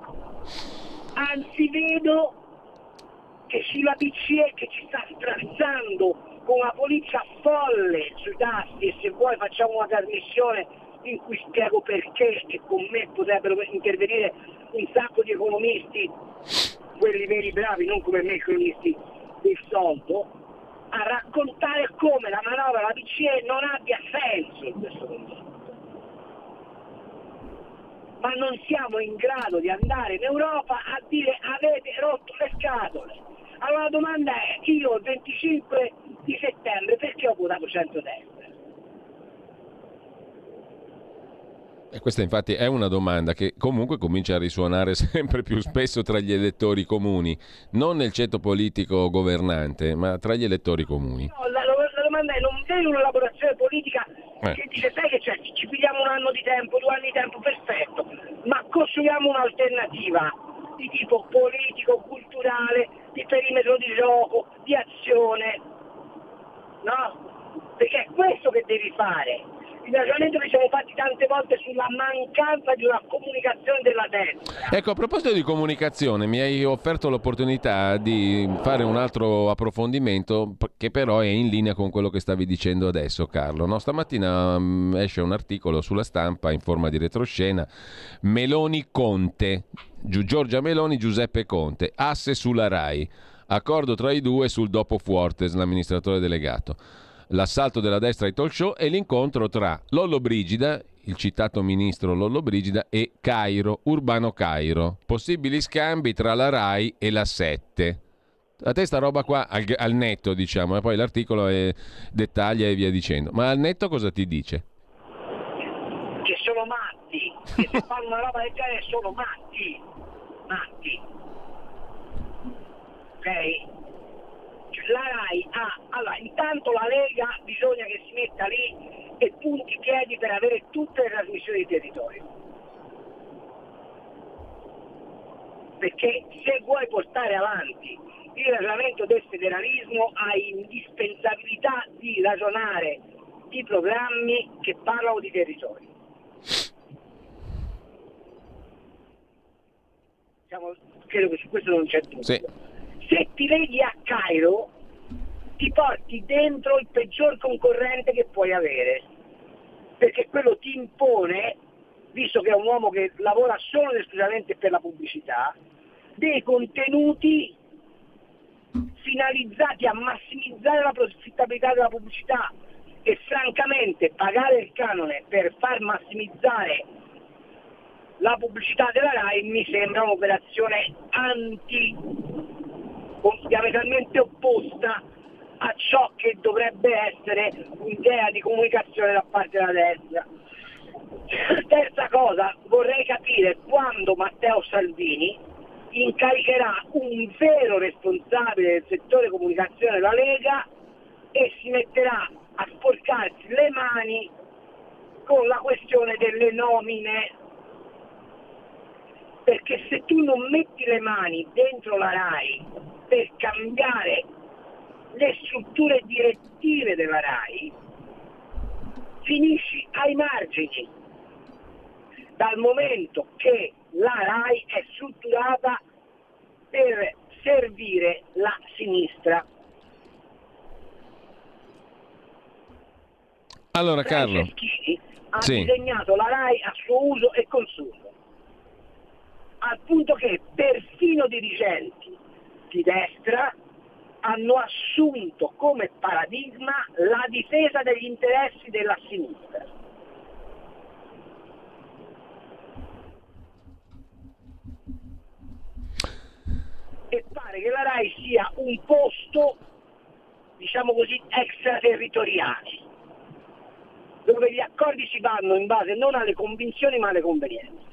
Anzi vedo che sulla BCE, che ci sta strazzando con una politica folle sui tassi, e se vuoi facciamo una trasmissione in cui spiego perché, e con me potrebbero intervenire un sacco di economisti, quelli veri bravi, non come me economisti del soldo, a raccontare come la manovra della BCE non abbia senso in questo momento. Ma non siamo in grado di andare in Europa a dire: avete rotto le scatole. Allora la domanda è: io il 25 di settembre perché ho votato centrodestra? E questa infatti è una domanda che comunque comincia a risuonare sempre più spesso tra gli elettori comuni, non nel ceto politico governante, ma tra gli elettori comuni. No, la domanda è: non vedi un'elaborazione politica che dice: sai che c'è, ci pigliamo un anno di tempo, 2 anni di tempo, perfetto, ma costruiamo un'alternativa di tipo politico, culturale, di perimetro di gioco, di azione, no? Perché è questo che devi fare. Il ragionamento che ci siamo fatti tante volte sulla mancanza di una comunicazione della destra. Ecco, a proposito di comunicazione, mi hai offerto l'opportunità di fare un altro approfondimento che però è in linea con quello che stavi dicendo adesso, Carlo. No? Stamattina esce un articolo sulla Stampa in forma di retroscena: Meloni-Conte, Giorgia Meloni, Giuseppe Conte, asse sulla Rai, accordo tra i due sul dopo Fuortes, l'amministratore delegato. L'assalto della destra ai talk show e l'incontro tra Lollobrigida, il citato ministro Lollobrigida, e Cairo, Urbano Cairo. Possibili scambi tra la Rai e la 7. A te sta roba qua al netto, diciamo, e poi l'articolo dettaglia e via dicendo. Ma al netto cosa ti dice? Che sono matti, che se fanno una roba del genere sono matti. Ok? La Rai allora, intanto la Lega bisogna che si metta lì e punti i piedi per avere tutte le trasmissioni di territorio, perché se vuoi portare avanti il ragionamento del federalismo hai indispensabilità di ragionare di programmi che parlano di territorio. Credo che su questo non c'è dubbio. Sì. Se ti vedi a Cairo ti porti dentro il peggior concorrente che puoi avere, perché quello ti impone, visto che è un uomo che lavora solo ed esclusivamente per la pubblicità, dei contenuti finalizzati a massimizzare la profittabilità della pubblicità, e francamente pagare il canone per far massimizzare la pubblicità della RAI mi sembra un'operazione diametralmente opposta a ciò che dovrebbe essere un'idea di comunicazione da parte della destra. Terza cosa, vorrei capire quando Matteo Salvini incaricherà un vero responsabile del settore comunicazione della Lega e si metterà a sporcarsi le mani con la questione delle nomine, perché se tu non metti le mani dentro la RAI per cambiare le strutture direttive della RAI, finisci ai margini, dal momento che la RAI è strutturata per servire la sinistra. Allora Carlo, Franceschini ha disegnato la RAI a suo uso e consumo, al punto che perfino dirigenti di destra hanno assunto come paradigma la difesa degli interessi della sinistra. E pare che la RAI sia un posto, diciamo così, extraterritoriale, dove gli accordi si fanno in base non alle convinzioni ma alle convenienze.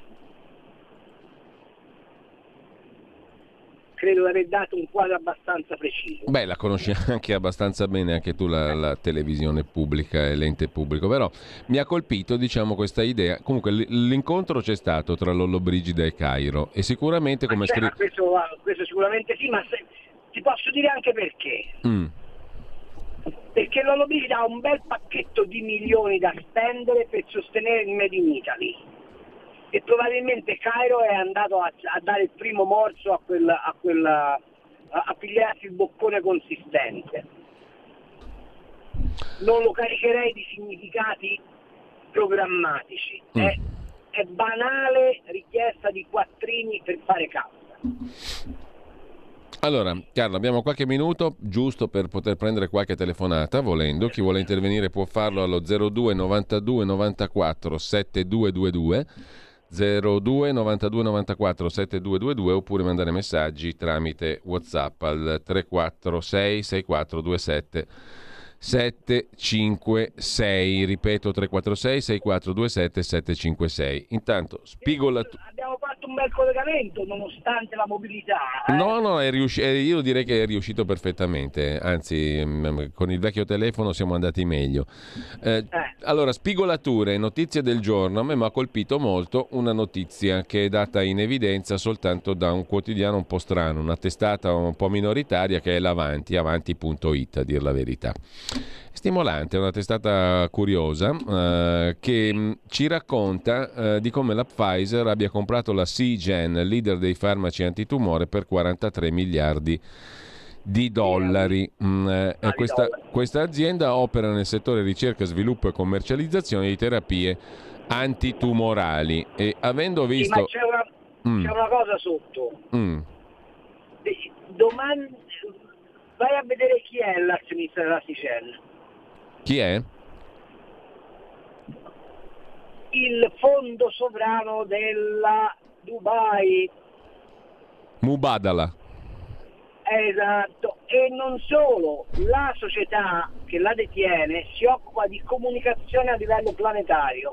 Credo di aver dato un quadro abbastanza preciso. Beh, la conosci anche abbastanza bene anche tu la televisione pubblica e l'ente pubblico, però mi ha colpito, diciamo, questa idea. Comunque l'incontro c'è stato tra Lollobrigida e Cairo e sicuramente come questo sicuramente sì, ma ti posso dire anche perché. Perché Lollobrigida ha un bel pacchetto di milioni da spendere per sostenere il Made in Italy. E probabilmente Cairo è andato a dare il primo morso a pigliarsi il boccone consistente. Non lo caricherei di significati programmatici, è banale richiesta di quattrini per fare causa. Allora, Carlo, abbiamo qualche minuto giusto per poter prendere qualche telefonata, volendo. Chi vuole intervenire può farlo allo 02 92 94 7222. 02 92 94 7222 oppure mandare messaggi tramite WhatsApp al 346 6427 756, ripeto 346 6427 756. Intanto abbiamo fatto un bel collegamento nonostante la mobilità. No, io direi che è riuscito perfettamente, anzi con il vecchio telefono siamo andati meglio. Allora, spigolature, notizie del giorno. A me mi ha colpito molto una notizia che è data in evidenza soltanto da un quotidiano un po' strano, una testata un po' minoritaria che è l'Avanti, avanti.it a dir la verità. Stimolante, è una testata curiosa che ci racconta di come la Pfizer abbia comprato la Seagen, leader dei farmaci antitumore, per 43 miliardi di dollari. Questa azienda opera nel settore ricerca, sviluppo e commercializzazione di terapie antitumorali e avendo visto... Sì, ma c'è una cosa sotto. Domani vai a vedere chi è l'azionista della Seagen. Chi è? Il fondo sovrano della Dubai. Mubadala. Esatto, e non solo, la società che la detiene si occupa di comunicazione a livello planetario.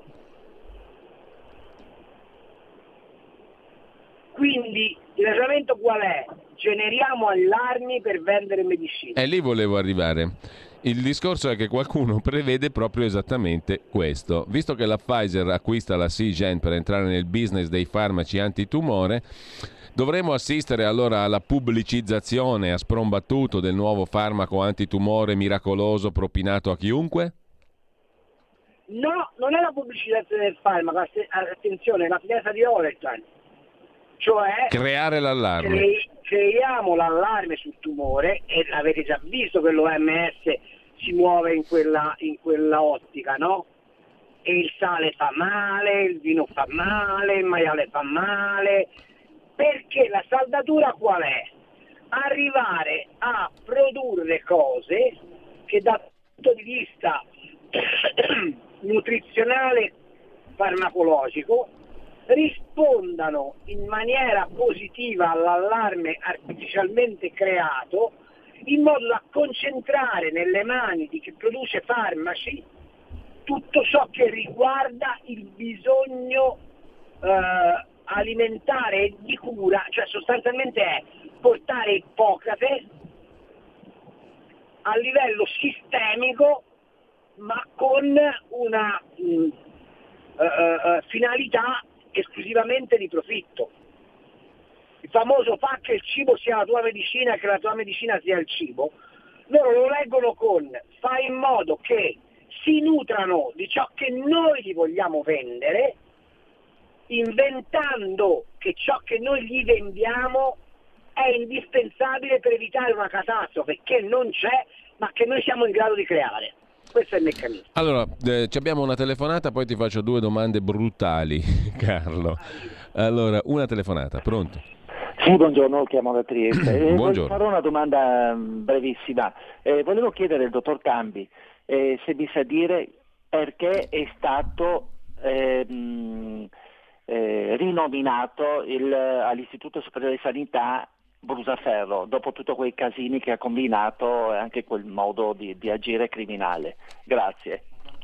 Quindi il ragionamento qual è? Generiamo allarmi per vendere medicine. E lì volevo arrivare. Il discorso è che qualcuno prevede proprio esattamente questo. Visto che la Pfizer acquista la Seagen per entrare nel business dei farmaci antitumore, dovremmo assistere allora alla pubblicizzazione a sprombattuto del nuovo farmaco antitumore miracoloso propinato a chiunque? No, non è la pubblicizzazione del farmaco, attenzione, è la finestra di Overtime. Cioè creare l'allarme. Creiamo l'allarme sul tumore, e avete già visto che l'OMS si muove in quella ottica, no? E il sale fa male, il vino fa male, il maiale fa male, perché la saldatura qual è? Arrivare a produrre cose che dal punto di vista nutrizionale, farmacologico, rispondano in maniera positiva all'allarme artificialmente creato, in modo da concentrare nelle mani di chi produce farmaci tutto ciò che riguarda il bisogno alimentare e di cura, cioè sostanzialmente è portare Ippocrate a livello sistemico, ma con una finalità esclusivamente di profitto. Il famoso fa che il cibo sia la tua medicina e che la tua medicina sia il cibo, loro lo leggono con fai in modo che si nutrano di ciò che noi gli vogliamo vendere, inventando che ciò che noi gli vendiamo è indispensabile per evitare una catastrofe che non c'è, ma che noi siamo in grado di creare. Questo è il meccanismo. Allora, abbiamo una telefonata, poi ti faccio 2 domande brutali, Carlo. Allora, una telefonata, pronto? Sì, buongiorno, chiamo da Trieste. Buongiorno. Farò una domanda brevissima. Volevo chiedere al dottor Cambi se mi sa dire perché è stato rinominato all'Istituto Superiore di Sanità Brusaferro, dopo tutti quei casini che ha combinato e anche quel modo di agire criminale. Grazie.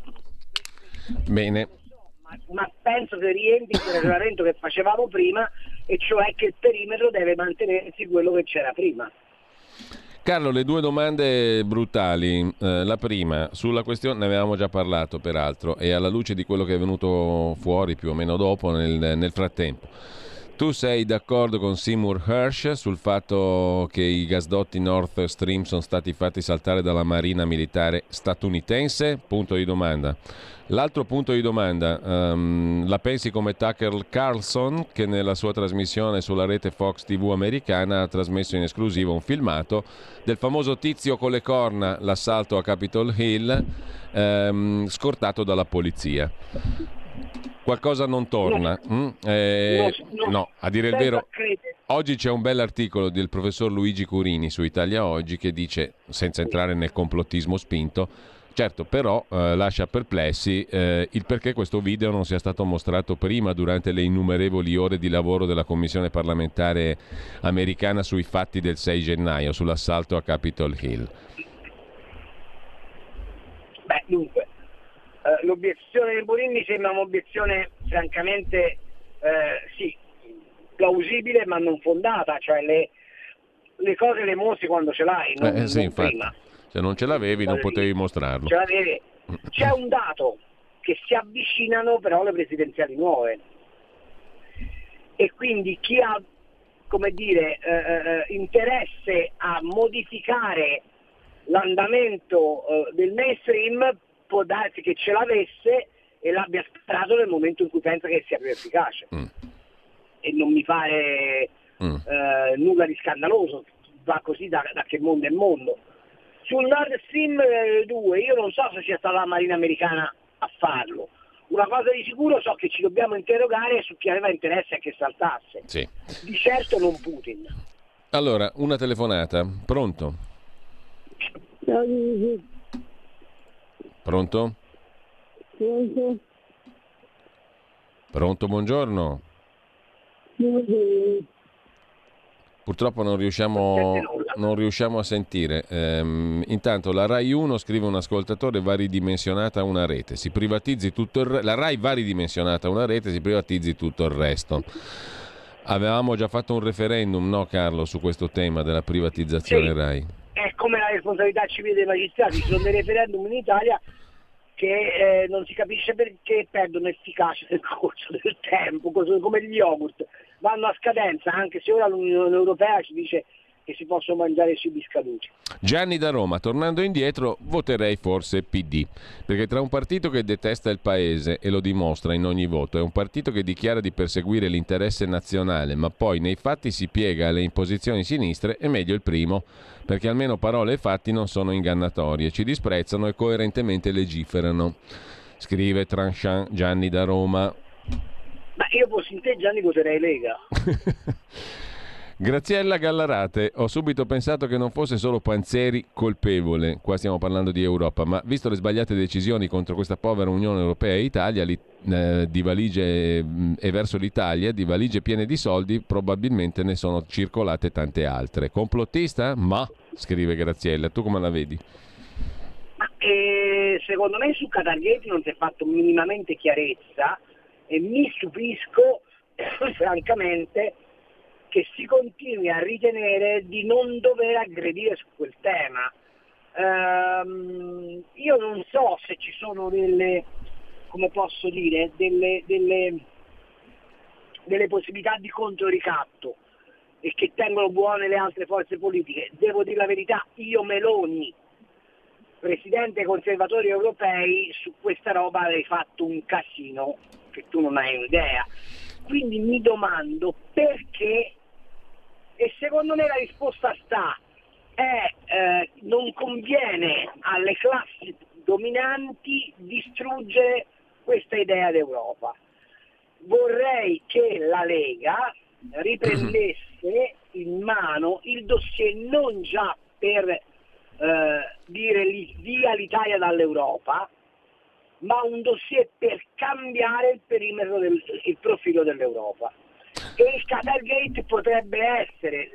Bene. Ma penso che rientri in quel ragionamento che facevamo prima, e cioè che il perimetro deve mantenersi quello che c'era prima. Carlo, le 2 domande brutali. La prima, sulla questione, ne avevamo già parlato peraltro, e alla luce di quello che è venuto fuori più o meno dopo nel frattempo. Tu sei d'accordo con Seymour Hersh sul fatto che i gasdotti Nord Stream sono stati fatti saltare dalla Marina Militare statunitense? Punto di domanda. L'altro punto di domanda, la pensi come Tucker Carlson, che nella sua trasmissione sulla rete Fox TV americana ha trasmesso in esclusiva un filmato del famoso tizio con le corna, l'assalto a Capitol Hill, scortato dalla polizia? Qualcosa non torna? No, a dire il vero, oggi c'è un bell'articolo del professor Luigi Curini su Italia Oggi che dice, senza entrare nel complottismo spinto, certo, però lascia perplessi il perché questo video non sia stato mostrato prima durante le innumerevoli ore di lavoro della commissione parlamentare americana sui fatti del 6 gennaio, sull'assalto a Capitol Hill. Beh, dunque, l'obiezione di Bonini mi sembra un'obiezione francamente sì, plausibile ma non fondata, cioè le cose le mostri quando ce l'hai, non prima. Se non ce l'avevi non potevi mostrarlo. Ce l'avevi. C'è un dato, che si avvicinano però le presidenziali nuove, e quindi chi ha, come dire, interesse a modificare l'andamento del mainstream può darsi che ce l'avesse e l'abbia sparato nel momento in cui pensa che sia più efficace. E non mi pare nulla di scandaloso, va così da che mondo è mondo. Sul Nord Stream 2 io non so se sia stata la Marina Americana a farlo. Una cosa di sicuro so che ci dobbiamo interrogare su chi aveva interesse a che saltasse. Sì. Di certo non Putin. Allora, una telefonata. Pronto? Pronto? Pronto, buongiorno. Purtroppo non riusciamo a sentire. Intanto la Rai 1, scrive un ascoltatore, va ridimensionata una rete, si privatizzi tutto la Rai va ridimensionata una rete, si privatizzi tutto il resto. Avevamo già fatto un referendum, no Carlo, su questo tema della privatizzazione sì, Rai. È come la responsabilità civile dei magistrati, ci sono dei referendum in Italia che non si capisce perché perdono efficacia nel corso del tempo, come gli yogurt, vanno a scadenza, anche se ora l'Unione Europea ci dice che si possono mangiare i cibi scaduti. Gianni da Roma, tornando indietro, voterei forse PD, perché tra un partito che detesta il paese e lo dimostra in ogni voto e un partito che dichiara di perseguire l'interesse nazionale ma poi nei fatti si piega alle imposizioni sinistre, è meglio il primo, perché almeno parole e fatti non sono ingannatorie, ci disprezzano e coerentemente legiferano. Scrive tranchant Gianni da Roma. Ma io fossi in te, Gianni, voterei Lega. Graziella Gallarate, ho subito pensato che non fosse solo Panzeri colpevole, qua stiamo parlando di Europa, ma visto le sbagliate decisioni contro questa povera Unione Europea e Italia, di valigie e verso l'Italia, di valigie piene di soldi, probabilmente ne sono circolate tante altre. Complottista? Ma, scrive Graziella, tu come la vedi? Ma secondo me su Qatargate non si è fatto minimamente chiarezza e mi stupisco francamente che si continui a ritenere di non dover aggredire su quel tema. Io non so se ci sono delle, come posso dire, delle possibilità di controricatto e che tengono buone le altre forze politiche. Devo dire la verità, io Meloni, presidente dei conservatori europei, su questa roba avrei fatto un casino che tu non hai un'idea. Quindi mi domando perché, e secondo me la risposta non conviene alle classi dominanti distruggere questa idea d'Europa. Vorrei che la Lega riprendesse in mano il dossier non già per dire via l'Italia dall'Europa, ma un dossier per cambiare il perimetro il profilo dell'Europa. E il Qatargate potrebbe essere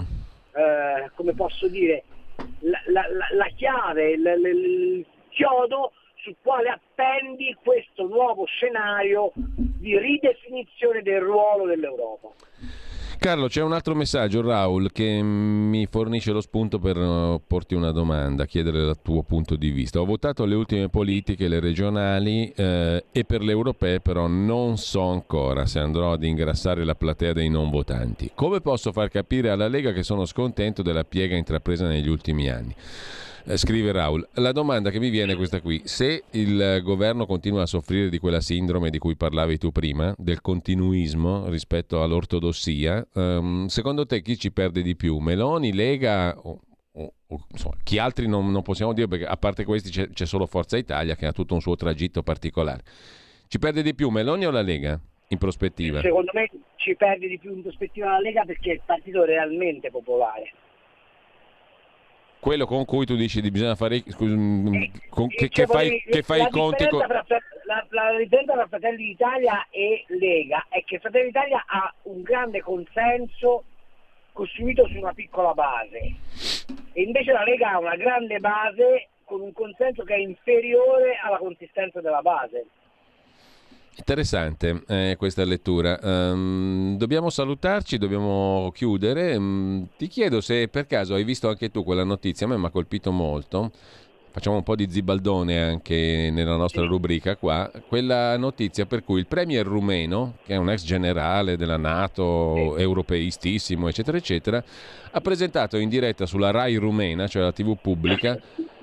come posso dire, la chiave, il chiodo sul quale appendi questo nuovo scenario di ridefinizione del ruolo dell'Europa. Carlo, c'è un altro messaggio, Raul, che mi fornisce lo spunto per porti una domanda, chiedere il tuo punto di vista. Ho votato le ultime politiche, le regionali e per le europee, però non so ancora se andrò ad ingrassare la platea dei non votanti. Come posso far capire alla Lega che sono scontento della piega intrapresa negli ultimi anni? Scrive Raul, la domanda che mi viene è questa qui: se il governo continua a soffrire di quella sindrome di cui parlavi tu prima, del continuismo rispetto all'ortodossia, secondo te chi ci perde di più? Meloni, Lega o insomma, chi altri non possiamo dire, perché a parte questi c'è solo Forza Italia che ha tutto un suo tragitto particolare. Ci perde di più Meloni o la Lega in prospettiva? Secondo me ci perde di più in prospettiva la Lega perché è il partito realmente popolare. Quello con cui tu dici di bisogna fare che fai i conti con... La differenza tra Fratelli d'Italia e Lega è che Fratelli d'Italia ha un grande consenso costruito su una piccola base e invece la Lega ha una grande base con un consenso che è inferiore alla consistenza della base. Interessante questa lettura. Dobbiamo salutarci, dobbiamo chiudere. Ti chiedo se per caso hai visto anche tu quella notizia, a me mi ha colpito molto. Facciamo un po' di zibaldone anche nella nostra rubrica qua. Quella notizia per cui il premier rumeno, che è un ex generale della NATO, europeistissimo, eccetera, eccetera, ha presentato in diretta sulla Rai rumena, cioè la TV pubblica,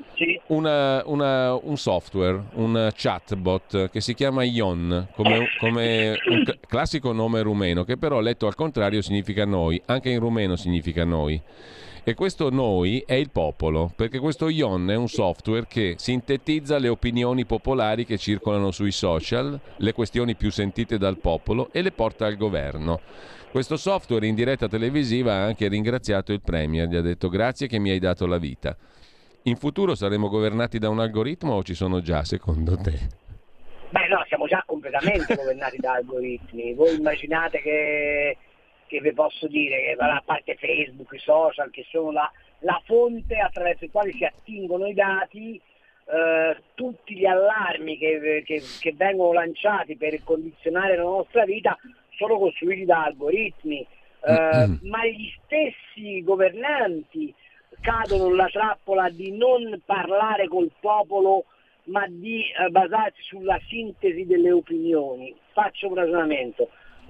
un software, un chatbot che si chiama Ion, come un classico nome rumeno, che però letto al contrario significa noi, anche in rumeno significa noi. E questo noi è il popolo, perché questo Ion è un software che sintetizza le opinioni popolari che circolano sui social, le questioni più sentite dal popolo e le porta al governo. Questo software in diretta televisiva ha anche ringraziato il premier, gli ha detto grazie che mi hai dato la vita. In futuro saremo governati da un algoritmo o ci sono già, secondo te? Beh no, siamo già completamente governati da algoritmi. Voi immaginate che vi posso dire, che a parte Facebook, i social, che sono la fonte attraverso i quali si attingono i dati, tutti gli allarmi che vengono lanciati per condizionare la nostra vita sono costruiti da algoritmi, ma gli stessi governanti cadono nella trappola di non parlare col popolo ma di basarsi sulla sintesi delle opinioni. Faccio un ragionamento.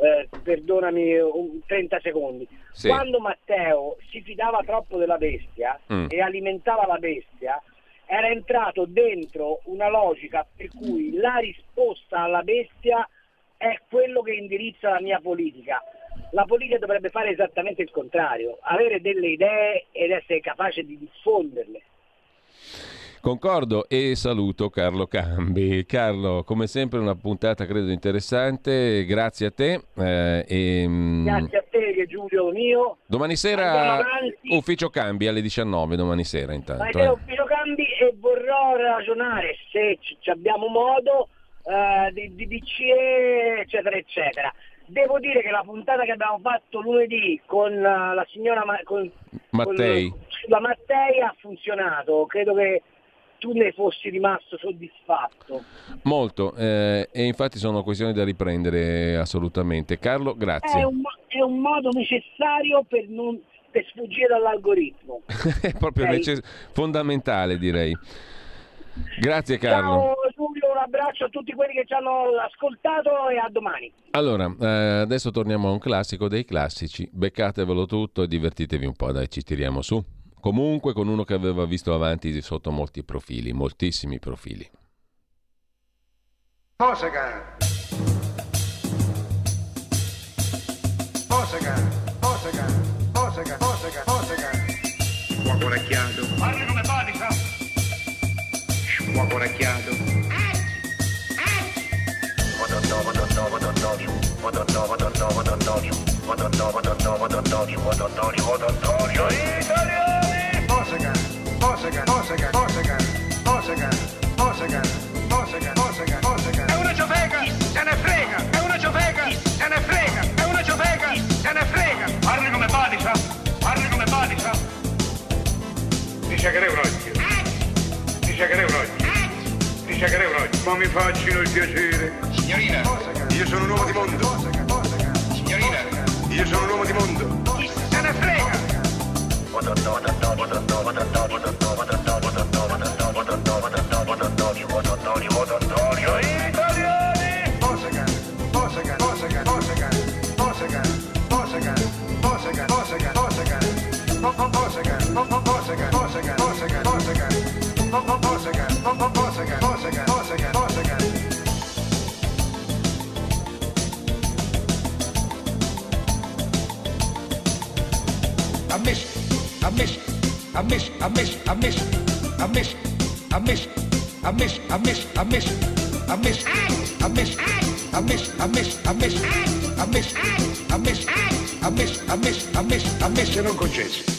perdonami 30 secondi. Sì. Quando Matteo si fidava troppo della bestia e alimentava la bestia, era entrato dentro una logica per cui la risposta alla bestia è quello che indirizza la mia politica. La politica dovrebbe fare esattamente il contrario, avere delle idee ed essere capace di diffonderle. Concordo e saluto Carlo Cambi. Carlo, come sempre una puntata credo interessante, grazie a te. Grazie a te che Giulio mio. Domani sera ufficio Cambi alle 19, domani sera intanto. Ufficio Cambi e vorrò ragionare, se abbiamo modo, di BCE eccetera eccetera. Devo dire che la puntata che abbiamo fatto lunedì con la signora Mattei sulla Mattei ha funzionato, credo che tu ne fossi rimasto soddisfatto. Molto, e infatti sono questioni da riprendere assolutamente. Carlo, grazie. È un modo necessario per sfuggire dall'algoritmo. È proprio fondamentale, direi. Grazie Carlo. Ciao Giulio, un abbraccio a tutti quelli che ci hanno ascoltato e a domani. Allora, adesso torniamo a un classico dei classici. Beccatevelo tutto e divertitevi un po', dai, ci tiriamo su. Comunque con uno che aveva visto avanti sotto molti profili, moltissimi profili. Posega. Scuoco racchiato. Parli come Panica. Scuoco racchiato. È una ciofeca, se ne frega. È una ciofeca, se ne frega. È una ciofeca, se ne frega. Parli come Panica. Parli come Panica. Dice che è un occhio. Dice che è un occhio. Dice che è un occhio. Ma mi faccino il piacere. Signorina. Io sono un uomo di mondo. Signorina. Io sono un uomo di mondo. Chi se ne frega. Ammesse non concesse.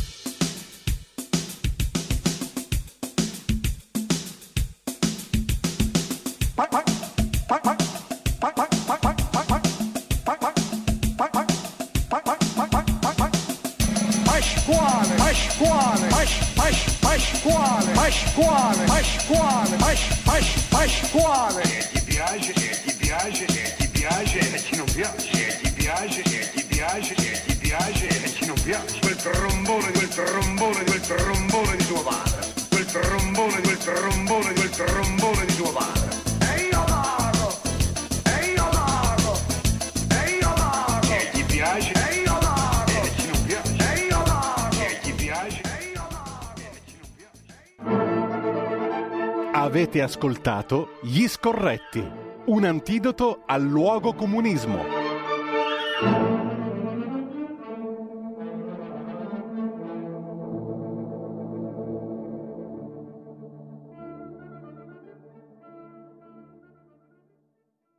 Pasquale. Se ti piace, se ti piace, se ti piace e chi non piace. Se ti piace, se ti piace, se ti piace e chi non piace. Quel trombone di tuo padre. Quel trombone di tuo padre. E io vago. Se ti piace, E io vago. e chi non piace. E io vago. Se ti piace, E io vago. e chi non piace. Avete ascoltato Gli Scorretti, un antidoto al luogo comunismo.